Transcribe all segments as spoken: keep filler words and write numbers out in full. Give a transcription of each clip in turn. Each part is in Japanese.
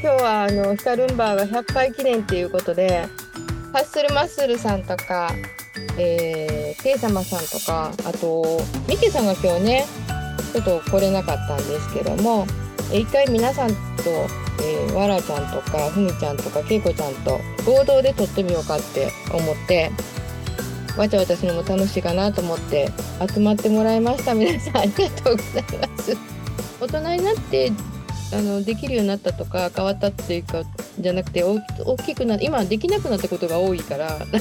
今日はあのヒカルンバーがひゃっかい記念っていうことで、ハッスルマッスルさんとか、えー、ケイ様さんとか、あとミケさんが今日ねちょっと来れなかったんですけども、え一回皆さんと、えー、わらちゃんとかふみちゃんとかけいこちゃんと合同で撮ってみようかって思って、わちゃわちゃするのも楽しいかなと思って集まってもらいました。皆さんありがとうございます。大人になってあのできるようになったとか変わったっていうかじゃなくて、大大きくなって今できなくなったことが多いからなんか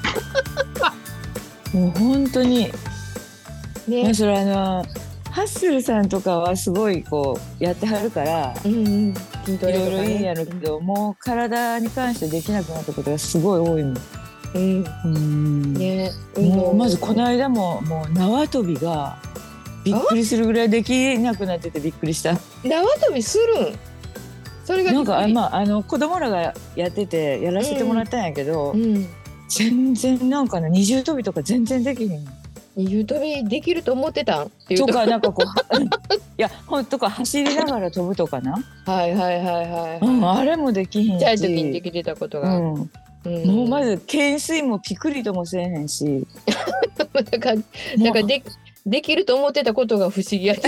もう本当にね、 まあ、それあのハッスルさんとかはすごいこうやってはるからうんうん、筋トいろいレとかね。 ろいいんやろうけど、もう体に関してできなくなったことがすごい多いもん。 うんうんね、 もうまずこのい間ももう縄跳びがびっくりするぐらいできなくなっててびっくりした。 縄跳びするん、それがなんかあ、 びっくり。 まあ、あの子供らがやっててやらせてもらったんやけど、 うん全然なんかな二重跳びとか全然できへん二重跳びできると思ってたんっていうとかなんかこういやほんとか走りながら飛ぶとかな、 はいはいはいはい、 うん、 はあれもできへんい、ちっちゃい時にでし、 きてたことが、 うん、 うんもうまず懸垂もピクリともせえへんし、 だからだからでできると思ってたことが不思議やった。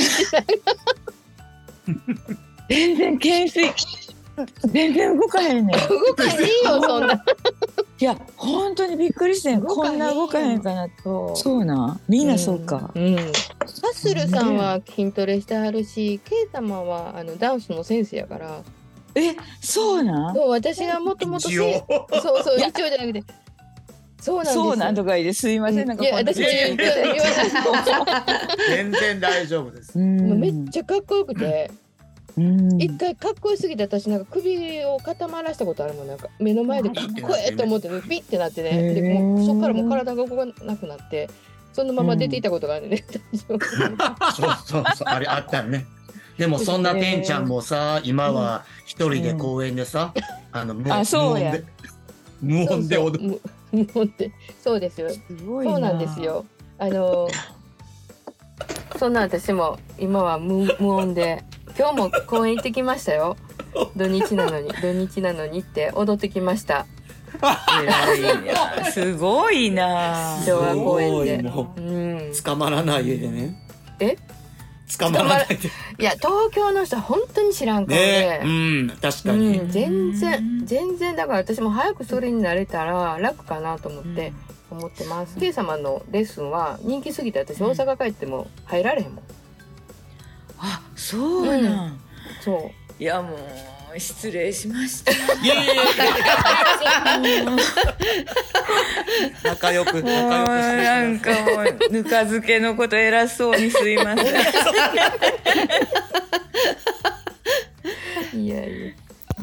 全然懸垂全然動かへんねん。 動かへんよそんな。 いや本当にびっくりしてん、 動かへんよこんな動かへんかな。 そうそうなんみんなそうか、 うんうん、ハッスルさんは筋トレしてはるし、ケイ様はあのダンスの先生やから。 えそうなんそう、私がもともと一応そうそういや一応じゃなくて、そうなんですよ。 そうなんとか言ってすいません、 うんなんかいや私もこんな口言う言わない全然大丈夫です。 うんもうめっちゃかっこよくて、 うん一回かっこよすぎて私なんか首を固まらしたことあるもん。なんか目の前でかっこええと思ってピッてなってね、でもうそっからもう体が動かなくなってそのまま出ていたことがあるね、 そうそうそう、あれあったね。でもそんなてんちゃんもさ、今は一人で公園でさ、あの無あそうや無音で無音で踊る。 そうそう無無音でそうですよ。 すごいな。 そうなんですよ。あのそんな私も今は 無, 無音で今日も公園行ってきましたよ。土日なのに土日なのにって踊ってきました。 偉いな、すごいな。 昭和公園で。 すごいもううん、 捕まらないでね。 え捕まらないで。 いや東京の人は本当に知らん顔で、 ね、うん確かに。 うん、全然全然だから私も早くそれになれたら楽かなと思って思ってます。ケイ様のレッスンは人気すぎて私大阪帰っても入られへんもん。 あ、そうなん、 うんそういやもう失礼しました。 いやいやいや仲良くもう仲良くしてなんかもうぬか漬けのこと偉そうにすいません。 いやいや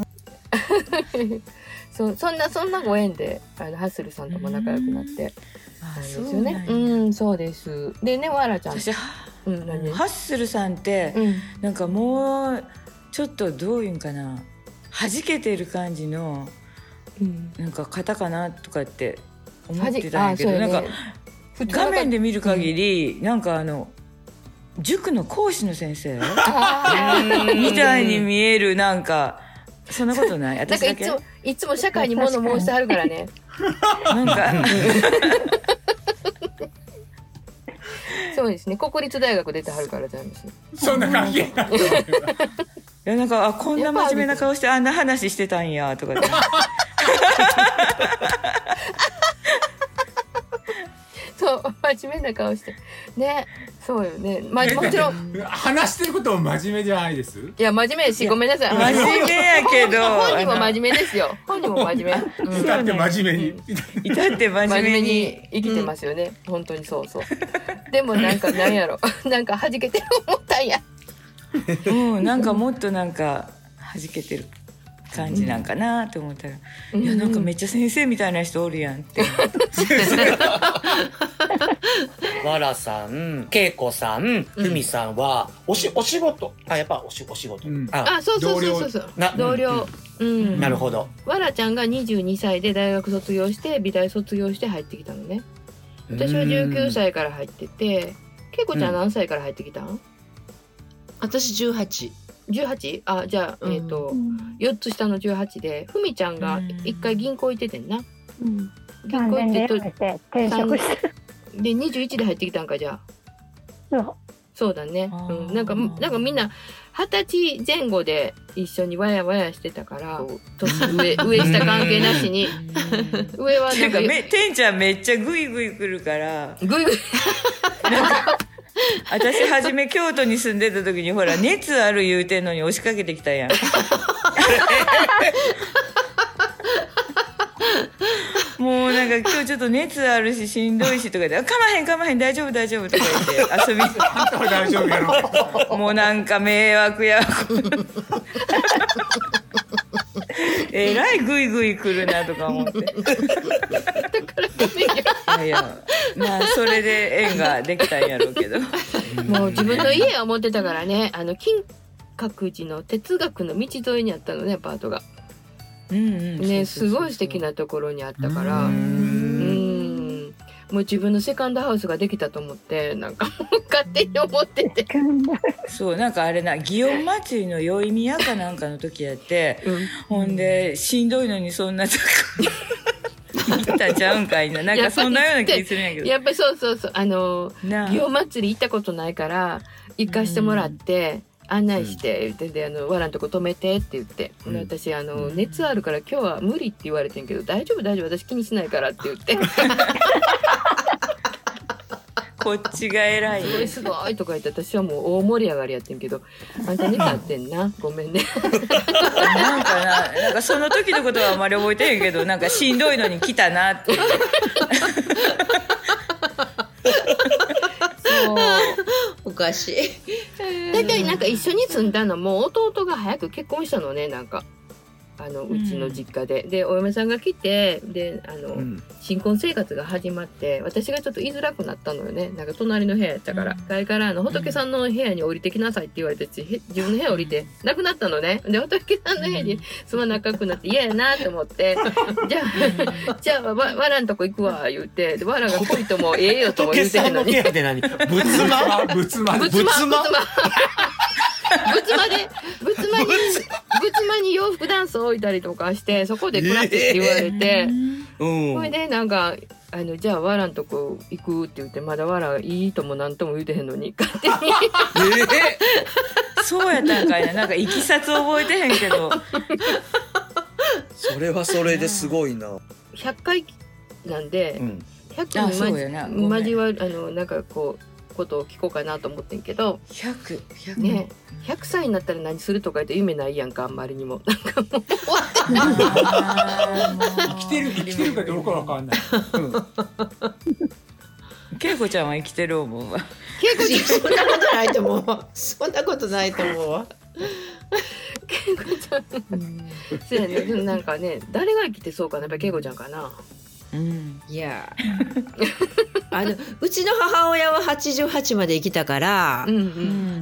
そ, そんなそんなご縁であのハッスルさんとも仲良くなってあなんですそうよね。 なんやうん、そうです。でね、わらちゃん、 私うん、何ハッスルさんって、 うん、 なんかもうちょっとどういうんかな、弾けてる感じのうん、 なんか方かなとかって思ってたんあやけど、 そうやねなんか普通の画面で見る限り、なんかあの塾の講師の先生あーみたいに見える、なんかそんなことない？ なんか私だけいつもいつも社会に物申してはるからね。 なんかそうですね。国立大学出てはるからじゃないですね。 そんな関係ない。 いやなんかあこんな真面目な顔してあんな話してたんやとかってそう真面目な顔してね。そうよね。まもちろん話してることも真面目じゃないです。 いや真面目やしごめんなさい。 真面目やけど本人も真面目ですよ。本人も真面目。うんだって真面目に。 いたって真真面目面目にに生きてますよね、うん、本当にそうそう。でもなんかなんやろなんか弾けてる思ったんや。 うん、なんかもっとなんか弾けてる感じなんかなと思ったら、 うん、 いやなんかめっちゃ先生みたいな人おるやんってわらさん、けいこさん、ふみさんはおしお仕事、あやっぱおしお仕事、うん、ああそうそうそうそうそうな同僚、うん、うん、 なるほど。 わらちゃんがにじゅうにさいで大学卒業して美大卒業して入ってきたのね。私はじゅうきゅうさいから入ってて、けいこちゃん何歳から入ってきたん？ 私じゅうはち。 じゅうはち? あ、じゃあ、えっ、ー、と、うん、よっつ下のじゅうはちで、ふみちゃんが一回銀行行っててんな。 うん、銀行行ってと転職してでにじゅういちで入ってきたんかじゃあ。 そう。 そうだね。うん、なんかなんかみんなはたちぜん後で一緒にわやわやしてたから、年上上下関係なしに上はなんかめてんちゃんめっちゃグイグイ来るからグイグイなんか私初め京都に住んでた時にほら熱ある言うてんのに押しかけてきたやんもうなんか今日ちょっと熱あるししんどいしとかで「かまへんかまへん大丈夫大丈夫」とか言って遊び大丈夫やろもうなんか迷惑やえらいグイグイ来るなとか思っていやいやまあそれで縁ができたんやろうけどもう自分の家を持ってたからねあの金閣寺の哲学の道沿いにあったのねアパートが。うんうんね、すごい素敵なところにあったからうんうんもう自分のセカンドハウスができたと思ってなんか勝手に思っててそうなんかあれな祇園祭の宵宮かなんかの時やって、うん、ほんでしんどいのにそんなとこ行ったちゃうんかいななんかそんなような気するんやけどやっぱりそうそうそうあの祇園祭り行ったことないから行かしてもらって、うん案内して言ってであのわらんとこ止めてって言って、うん、私あの熱あるから今日は無理って言われてんけど大丈夫大丈夫私気にしないからって言ってこっちが偉いすごいすごいとか言って私はもう大盛り上がりやってんけどあんた熱あってんなごめんねなんかななんかその時のことはあんまり覚えてへんけどなんかしんどいのに来たなってそうおかしいだいたいなんか一緒に住んだのも弟が早く結婚したのねなんかあのうちの実家で、うん、でお嫁さんが来てであの、うん、新婚生活が始まって私がちょっと居づらくなったのよねなんか隣の部屋やったから、うん、それからあの仏さんの部屋に降りてきなさいって言われて自分の部屋降りてなくなったのねで仏さんの部屋に住まなかくなって嫌やなと思ってじゃあじゃあ わ, わらんとこ行くわ言うてでわらが来いともええよとも言うてんのに仏さんの部屋で何仏間仏間仏間仏間で仏間に仏間に洋服ダンスを置いたりとかしてそこで暮らしてって言われて、えー、それでなんかあのじゃあわらんとこ行くって言ってまだわらいいともなんとも言うてへんのに勝手に、 えー、そうやったんかいななんかいきさつ覚えてへんけどそれはそれですごいなひゃっかいなんで、うん、ひゃっかいに交わるあのなんかこうことを聞こうかなと思ってんけどひゃく、ひゃくねひゃくさいになったら何するとか言って夢ないやんかあんまりにもなんかもう生きてる生きてるかどうかわかんない、 うん、恵子ちゃんは生きてる思うわ恵子ちゃんそんなことないと思うそんなことないと思うわ恵子ちゃんそうやねなんかね誰が生きてそうかなやっぱり恵子ちゃんかなうん、いやあのうちの母親ははちじゅうはちまで生きたから、うんうん、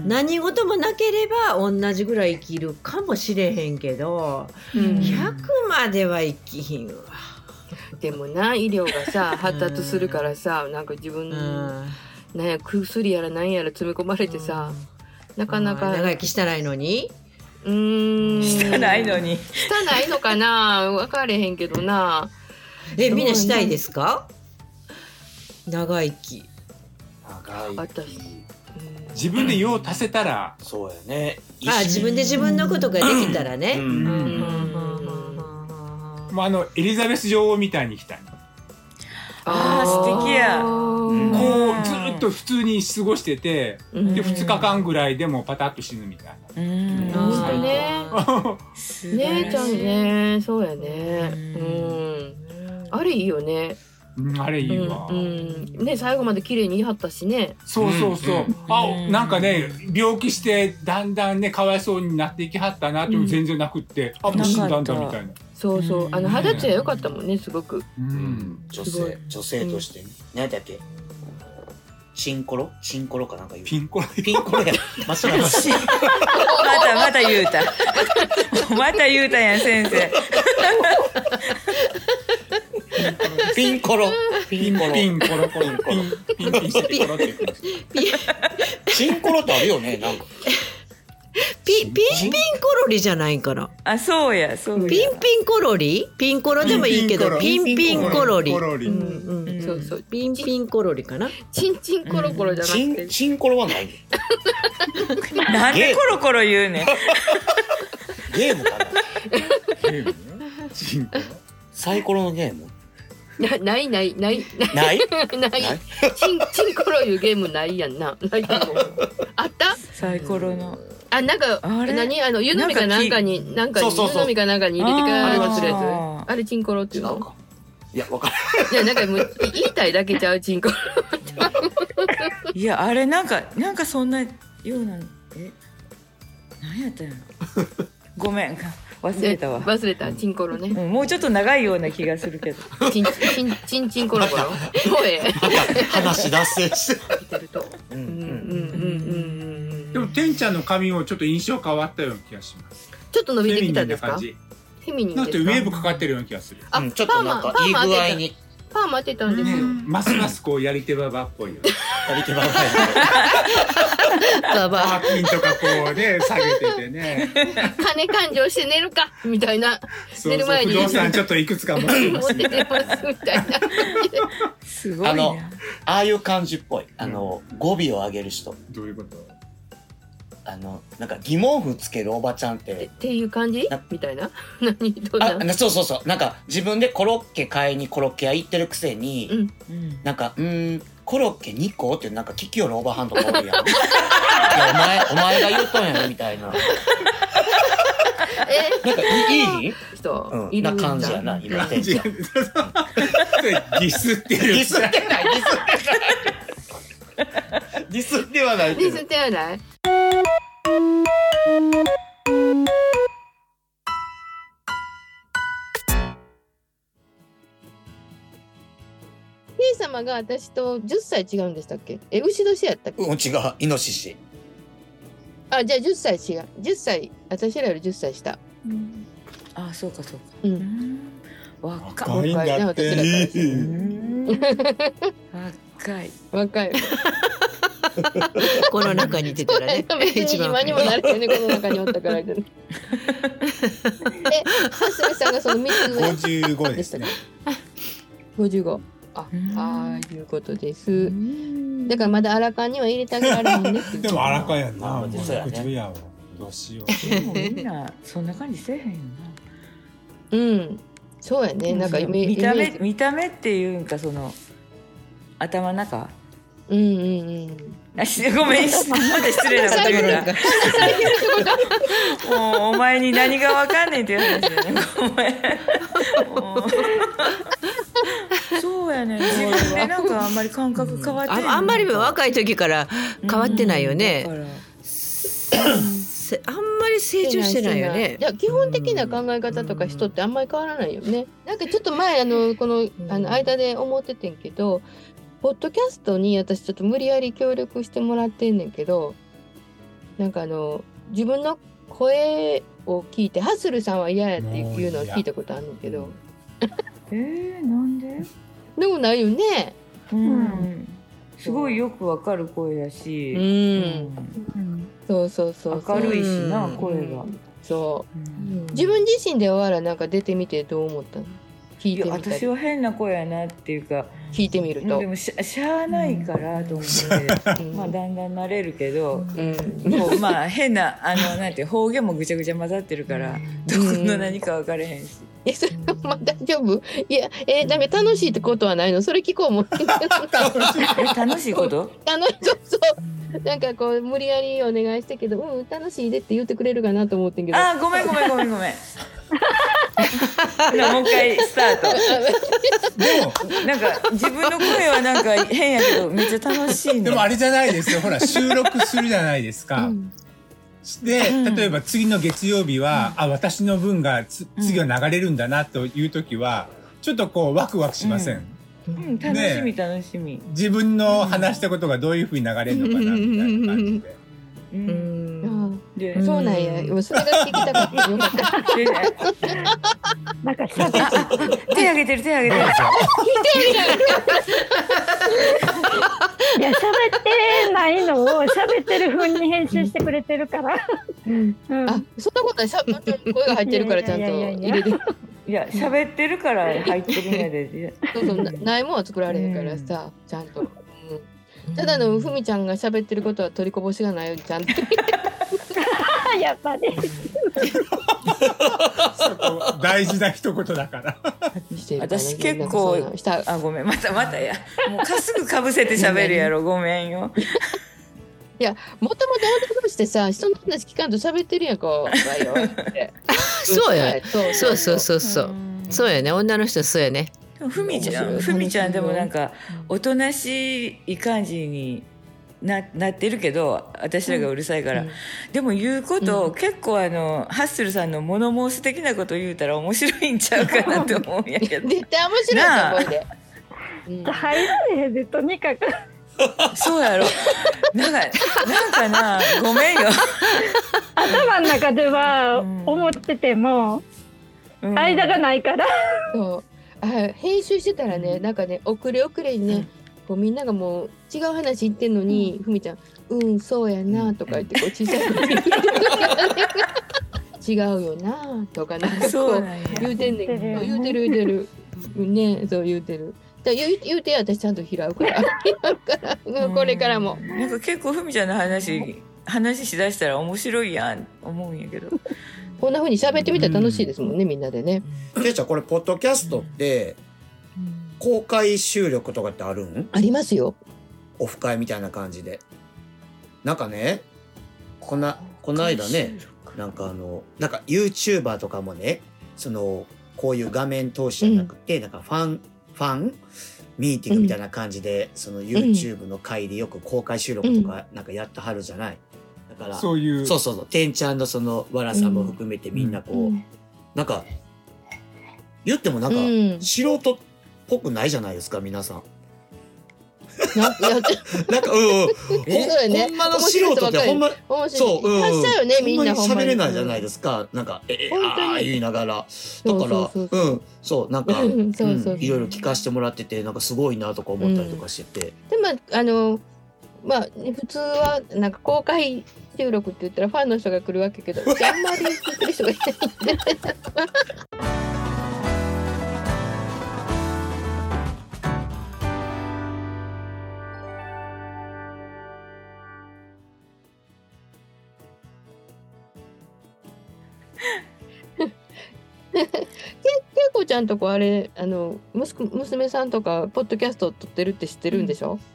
何事もなければ同じぐらい生きるかもしれへんけど、うん、ひゃくまでは生きひんわでもな医療がさ発達するからさなんか自分の、うん、なんや薬やら何やら詰め込まれてさ、うん、なかなか長生きしたないのにうーんしたないのにしたないのかな分かれへんけどなえ、みんなしたいですか？長生き。 長生き。 自分で用足せたら。 そうやね。 あ、自分で自分のことができたらね。 もうあのエリザベス女王みたいにしたい。 ああ素敵や。 こうずっと普通に過ごしてて、でふつかかんぐらいでもパタッと死ぬみたいな。 うんね。ねちゃんね、そうやね。うん。あれいいよね。 うん、あれいいわ、 うんうん、ね最後まで綺麗に言い張ったしね。 そうそうそう、うん、あなんかね病気してだんだんねかわいそうになっていきはったなっても全然なくって、うん、あもう死んだんだみたいな。 そうそうあの肌ツヤ良かったもんねすごく、 うん、女性女性としてね、うん、何だっけチンコロチンコロかなんか言うピンコロピンコロや間違えましたまたまた言うたまた言うたやん先生ピンコロピンコロピンコロピンコロピンピンしてピコロって言ってます。 チンコロってあるよねなんかピピンピンコロリじゃないんかな。 あ、そうやそうや。 ピンピンコロリピンコロでもいいけどピンピンコロリ。 コロリ。 うんうん、そうそうピンピンコロリかな。 チンチンコロコロじゃなくて、 チンチンコロはない。 なんでコロコロ言うねん。 ゲームかな。 ゲームね。チンコロ。 サイコロのゲーム。 なないないないない。 ないチンチンコロいうゲームないやんな。ないと思う。あった？ サイコロの。 あ、なんかあれ何あの湯飲みかなんかになんかにそうそうそう湯飲みかなんかに入れてからするやあつ。あれチンコロっていうの？ 違うか。いや、わかる。 いやなんかもう言いたいだけちゃうチンコロ。 いやあれなんかなんかそんなようなえ何やったんやろ。ごめん忘れたわ。 忘れたチンコロね。 うん、もうちょっと長いような気がするけど。 チンチンチンチンコロコロ。もうええ。 話脱線して。 見てると。 うんうんうんうんうんうんうん。 でもてんちゃんの髪もちょっと印象変わったような気がします。 ちょっと伸びてフェミニきたんですか？ ンな感じ。 フェミニンなんてウですか？ ェーブかかってるような気がする。 あ、 うん、ちょっとなんかいい具合に。 パーマ当てたんですよ。 ますますこうやり手ババっぽいよね。 やり手ばばババパーピンとかこうね下げててね。 金勘定して寝るかみたいな。 そうそう寝る前に不動産ちょっといくつか持ってま持ってすね。 寝ますみたいな。 すごいな。 あのああいう感じっぽい。あの語尾を上げる人。 どういうこと？ あのなんか疑問符つけるおばちゃんっ。 ってていう感じなみたいな。何どうあ、 な？ そうそうそう。なんか自分でコロッケ買いにコロッケ屋行ってるくせに、 うんうんなんかうーんコロッケにこってなんか聞きよるおばはんとかおるやん。いやお前お前が言うとんやろみたいな。 えなんかいいいい？ 人うんいるんだな感じやな今てん違うちゃん。 ディスってる。 ディスってないディスってない。ディスってはないけどディス。ってはない？イエス様が私とじゅっさい違うんでしたっけ？え、牛年やったっけ？ うん違うイノシシ。 あ、じゃあじゅっさい違う。じゅっさい、私らよりじゅっさい下。 あ、そうかそうか。 う。 うんん。若い。 若いんだって。 若いね私ら若い。 若い。 この中にいてたらね別一番に今にもなるよね、この中におったから。え、はすみさんがそのみっつ上五十五ですね。 ごじゅうご。あ、 うんああいうことです。だからまだアラカンには入れてあげられへんねって。 でも荒川やんな。 あもうそうやねろくじゅうやわ。どうしよでもみんなそんな感じせえへんよな。 うん。そうやね。なんかイメ見た目イメージ見た目っていうんかその頭の中。 うんうんうん。 あしごめんまた失礼なこと言った。もうお前に何がわかんねんっていう話だよね。ごめん。もうそうやね。自分でなんかあんまり感覚変わってない。 ああんまり若い時から変わってないよね。 うんだからせあんまり成長してないよねい。や基本的な考え方とか人ってあんまり変わらないよね。なんかちょっと前あのこのあの間で思っててんけど、ポッドキャストに私ちょっと無理やり協力してもらってんねんけど、なんかあの自分の声を聞いてハッスルさんは嫌やっていうのを聞いたことあるんだけど、 えー、なんで？ でもないよね。 うん。すごいよくわかる声やし。 うん。 うんそうそうそうそう。 明るいしなうん声が。 そう。 うん自分自身ではらなんか出てみてどう思ったの？聞いいやてみたり私は変な声やなっていうか、 聞いてみると。 でもしゃしゃあないからと思って、 うんまあだんだん慣れるけど、 うん。 もうまあ変なあのなんていう方言もぐちゃぐちゃ混ざってるから、どこの何か分かれへんし。 え、それはまあ大丈夫？いや、えー、ダメ、楽しいってことはないの？それ聞こう思って。 え楽しいこと？ あの、そうそう。なんかこう、無理やりお願いしたけど、うん、楽しいでって言ってくれるかなと思ってんけど。 あごめんごめんごめんごめん。じゃあもう一回スタート。 でもなんか自分の声はなんか変やけどめっちゃ楽しいね。 でもあれじゃないですよ。ほら収録するじゃないですか。で、例えば次の月曜日は、あ、私の分がつ次は流れるんだなという時は、ちょっとこうワクワクしません？ うん、楽しみ楽しみ。 自分の話したことがどういうふうに流れるのかなみたいな感じで。 う。 うんんで、 そうなんや。もうそれが聞きたかった。よかった。 でなんか喋ってあ手挙げてる手挙げてる。 いや喋ってないのを喋ってってる風に編集してくれてるから。 うんうん、あ、そんなことない。しゃ声が入ってるからちゃんと入れて。 いや、喋ってるから入ってるんやで。 そうそう、なないもんは作られへんからさ、ちゃんと。うん、ただのふみちゃんが喋ってることは取りこぼしがないようにちゃんと。 やっぱり。 大事な一言だから。 私結構、あ、ごめん、またまたや。もうかすぐかぶせて喋るやろ、ごめんよ。 いや、もともと女としてさ、人の話聞かんと喋ってるやんか、よって。 そうや。そうそうそうそう。そうやね、女の人そうやね。 ふみちゃん、ふみちゃんでもなんか、おとなしい感じにな, なってるけど、私らがうるさいから。うん、でも言うことを、うん、結構あの、ハッスルさんの物申す的なこと言うたら面白いんちゃうかなって思うんやけど。 絶対面白いと思うで。 うん、入られへんで、とにかく。 そうやろ。なんか、なんかな、ごめんよ。 頭の中では思ってても、うん、間がないから。 そう。あ、編集してたらね、なんかね、遅れ遅れにね、うん、こうみんながもう違う話言ってんのに、うん、ふみちゃん、うんそうやなとか言ってこう小さい声で違うよなとかなんかこう言うてんねんけど、言うてる言うてるね、そう言うてる。だ言う言うて私ちゃんと拾うから、これからも。 なんか結構ふみちゃんの話話しだしたら面白いやん思うんやけど。 こんな風に喋ってみたら楽しいですもんね、うん、みんなでね。 けいちゃんこれポッドキャストって。公開収録とかってあるん？ ありますよ。 オフ会みたいな感じで。なんかね、こな、この間ね、なんかあの、なんか YouTuber とかもね、その、こういう画面通しじゃなくて、うん、なんかファン、ファンミーティングみたいな感じで、うん、その YouTube の回でよく公開収録とかなんかやってはるじゃない。だから、 そういう。 そうそうそう、てんちゃんのその、わらさんも含めてみんなこう、うん、なんか、言ってもなんか、素人ぽくないじゃないですか、皆さん。なんか、なんか、うん、うん、ほんまの素人ってほんま、そう、うん、 発したよね、みんな。 ほんまに喋れないじゃないですか。なんか、えー、ああ言いながら。だから、うん、そう、なんか、いろいろ聞かせてもらってて、なんかすごいなとか思ったりとかしてて。 でも、あの、まあ、普通は、なんか公開収録って言ったらファンの人が来るわけけど、あんまり聞いてる人がいないんで。けけいこちゃんとこあれあの息子娘さんとかポッドキャスト撮ってるって知ってるんでしょ？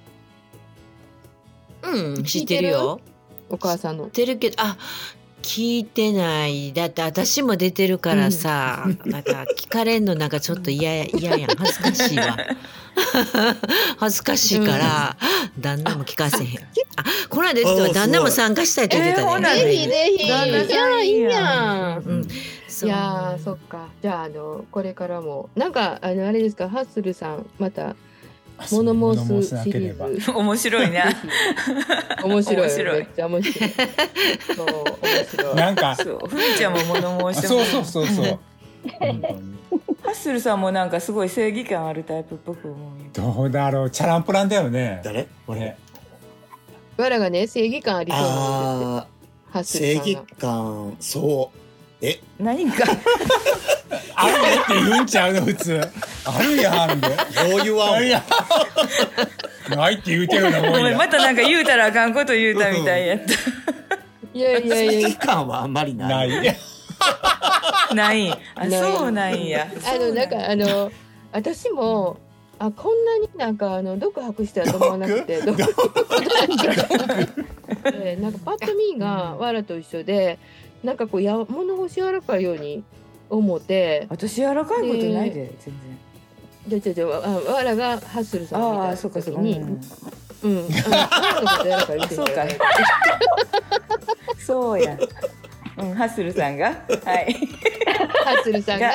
うん、知ってるよ。 お母さんの。 知ってるけど、あ、聞いてない。だって私も出てるからさ、うん、なんか聞かれんのなんかちょっと嫌嫌やん、恥ずかしいわ。恥ずかしいから、うん、旦那も聞かせへん。あ、この間言ってた旦那も参加したいと言ってたね。 ぜひぜひ。いやいいやん。 うん。 いやそっか。じゃああのこれからもなんかあのあれですか、ハッスルさんまた物申すシリーズ面白いな。 面白い。めっちゃ面白い。そう面白い。 なんかそうふみちゃんも物申してそうそうそうそう。 ハッスルさんもなんかすごい正義感あるタイプっぽく思う。 どうだろう、チャランポランだよね。 誰？俺。 わらがね正義感ありそうなんですって。 正義感そう。え何かあるねって言うんちゃうの普通。あるやんで。どういうわん。 ないって言うてるのもんや。 ごめん、またなんか言うたらあかんこと言うたみたいやった。 いやいやいや。 正義感はあんまりない。 ない。 ない。あ、そうなんや。 あのなんかあの私もあこんなになんかあの毒吐く人だと思わなくて。毒毒でなんかパッと見がわらと一緒で。なんかこうや物腰柔らかいように思って私柔らかいことないで全然じゃじゃじゃあわらがハッスルさんみたいな時にうんうんあのこと柔らかいそうかそうやうんハッスルさんがはいハッスルさんが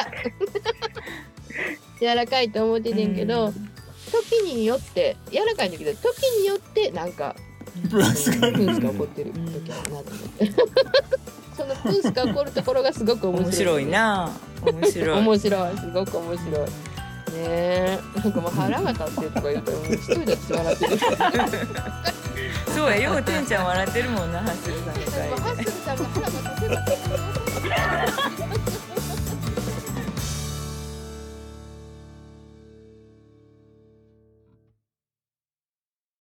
柔らかいと思っててんけど時によって柔らかいんだけど時によってなんかプンスが起こってる時あるなと思ってそのプンスが起こるところがすごく面白い。 面白いな。面白い。 面白い。すごく面白い。ねえ。なんかもう腹が立ってとか言うと、もう一人で私笑ってる。 そうや、ようてんちゃん笑ってるもんな、ハッスルさんの回で。 ハッスルさんが腹が立てば